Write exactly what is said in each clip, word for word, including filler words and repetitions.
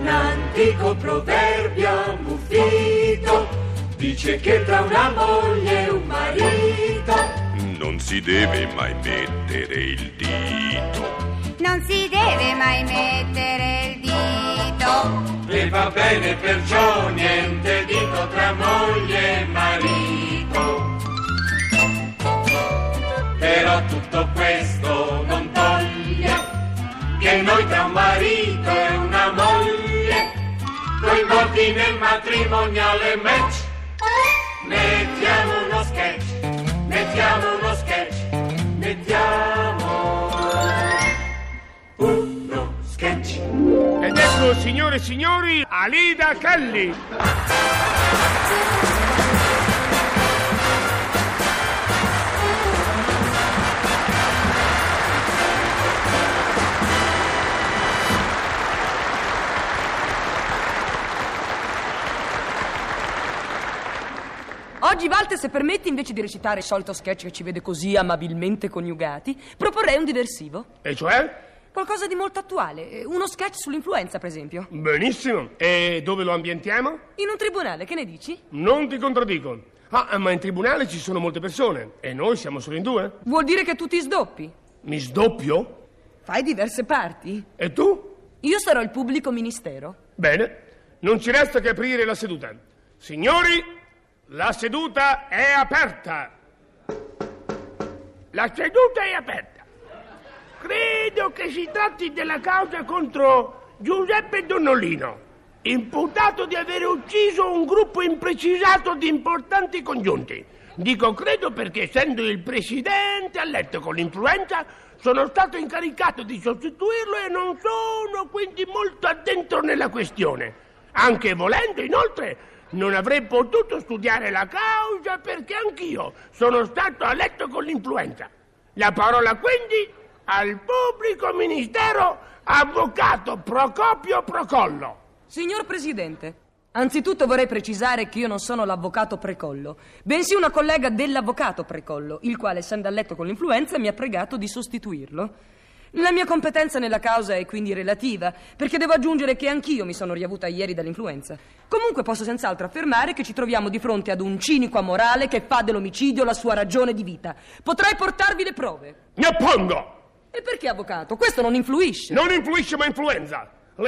Un antico proverbio ammuffito dice che tra una moglie e un marito non si deve mai mettere il dito. Non si deve mai mettere il dito. E va bene perciò niente dito tra moglie e marito. Però tutto questo non toglie che noi tra un marito e una moglie, coinvolti nel matrimoniale match, mettiamo uno sketch, mettiamo uno sketch, mettiamo uno sketch. Ed ecco, signore e signori, Alida Kelly. Oggi, Walter, se permetti, invece di recitare il solito sketch che ci vede così amabilmente coniugati, proporrei un diversivo. E cioè? Qualcosa di molto attuale. Uno sketch sull'influenza, per esempio. Benissimo. E dove lo ambientiamo? In un tribunale, che ne dici? Non ti contraddico. Ah, ma in tribunale ci sono molte persone e noi siamo solo in due. Vuol dire che tu ti sdoppi? Mi sdoppio? Fai diverse parti? E tu? Io sarò il pubblico ministero. Bene. Non ci resta che aprire la seduta. Signori, la seduta è aperta. La seduta è aperta. Credo che si tratti della causa contro Giuseppe Donnolino, imputato di aver ucciso un gruppo imprecisato di importanti congiunti. Dico credo perché, essendo il presidente a letto con l'influenza, sono stato incaricato di sostituirlo e non sono quindi molto addentro nella questione. Anche volendo, inoltre, non avrei potuto studiare la causa perché anch'io sono stato a letto con l'influenza. La parola quindi al pubblico ministero, avvocato Procopio Procollo. Signor Presidente, anzitutto vorrei precisare che io non sono l'avvocato Precollo, bensì una collega dell'avvocato Precollo, il quale, essendo a letto con l'influenza, mi ha pregato di sostituirlo. La mia competenza nella causa è quindi relativa, perché devo aggiungere che anch'io mi sono riavuta ieri dall'influenza. Comunque posso senz'altro affermare che ci troviamo di fronte ad un cinico amorale che fa dell'omicidio la sua ragione di vita. Potrei portarvi le prove. Mi oppongo! E perché, avvocato? Questo non influisce. Non influisce, ma influenza. Le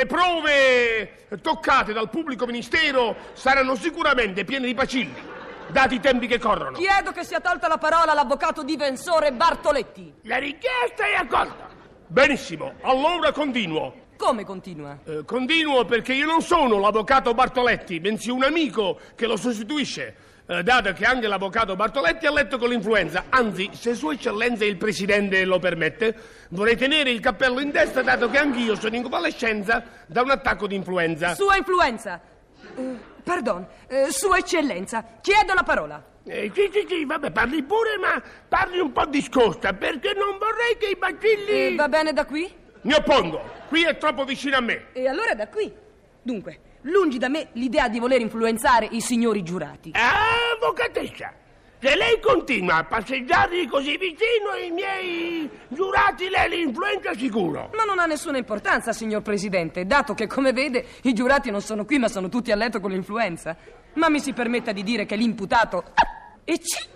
prove toccate dal pubblico ministero saranno sicuramente piene di bacilli, dati i tempi che corrono. Chiedo che sia tolta la parola all'avvocato difensore Bartoletti. La richiesta è accolta. Benissimo, allora continuo. Come continua? Eh, continuo perché io non sono l'avvocato Bartoletti, bensì un amico che lo sostituisce, eh, dato che anche l'avvocato Bartoletti ha letto con l'influenza. Anzi, se Sua Eccellenza il Presidente lo permette, vorrei tenere il cappello in testa, dato che anch'io sono in convalescenza da un attacco di influenza. Sua influenza. Uh, pardon, uh, Sua Eccellenza, chiedo la parola. Eh, sì, sì, sì, vabbè, parli pure, ma parli un po' discosta, perché non vorrei che i bacilli... E va bene da qui? Mi oppongo, qui è troppo vicino a me. E allora da qui. Dunque, lungi da me l'idea di voler influenzare i signori giurati. Ah, avvocatessa, se lei continua a passeggiarli così vicino ai miei giurati, lei li influenza sicuro. Ma non ha nessuna importanza, signor Presidente, dato che, come vede, i giurati non sono qui, ma sono tutti a letto con l'influenza. Ma mi si permetta di dire che l'imputato... E ci...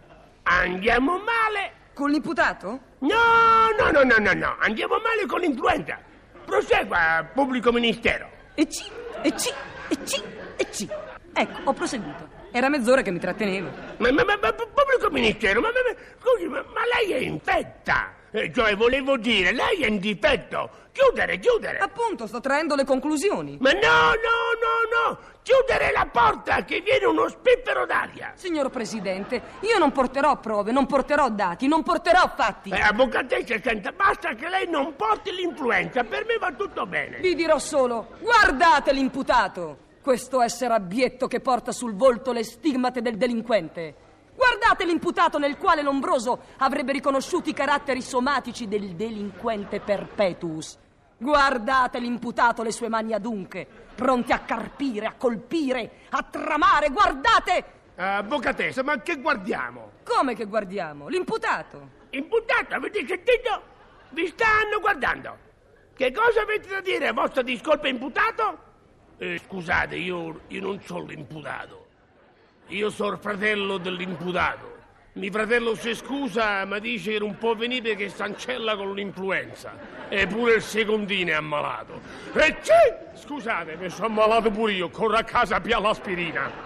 Andiamo male. Con l'imputato? No, no, no, no, no, no, andiamo male con l'influenza. Prosegua, pubblico ministero. E ci, e ci, e ci, e ci. Ecco, ho proseguito. Era mezz'ora che mi trattenevo. Ma, ma, ma, ma pubblico ministero, ma, ma, ma scusi, ma, ma lei è infetta. Eh, cioè, volevo dire, lei è in difetto. Chiudere, chiudere. Appunto, sto traendo le conclusioni. Ma no, no, no, no. Chiudere la porta, che viene uno spiffero d'aria. Signor Presidente, io non porterò prove, non porterò dati, non porterò fatti. Eh, avvocatessa, senta, basta che lei non porti l'influenza. Per me va tutto bene. Vi dirò solo, guardate l'imputato. Questo essere abbietto che porta sul volto le stigmate del delinquente. Guardate l'imputato nel quale Lombroso avrebbe riconosciuto i caratteri somatici del delinquente perpetuus. Guardate l'imputato, le sue mani adunche, pronte a carpire, a colpire, a tramare. Guardate! Avvocatessa, ma che guardiamo? Come che guardiamo? L'imputato. Imputato, avete sentito? Vi stanno guardando. Che cosa avete da dire a vostra discolpa imputato? Eh, scusate, io, io non sono l'imputato. Io sono il fratello dell'imputato. Mio fratello si scusa, ma dice che non può venire perché s'ancella con l'influenza. Eppure il secondino è ammalato. E c'è! Scusate, mi sono ammalato pure io, corro a casa a piare l'aspirina.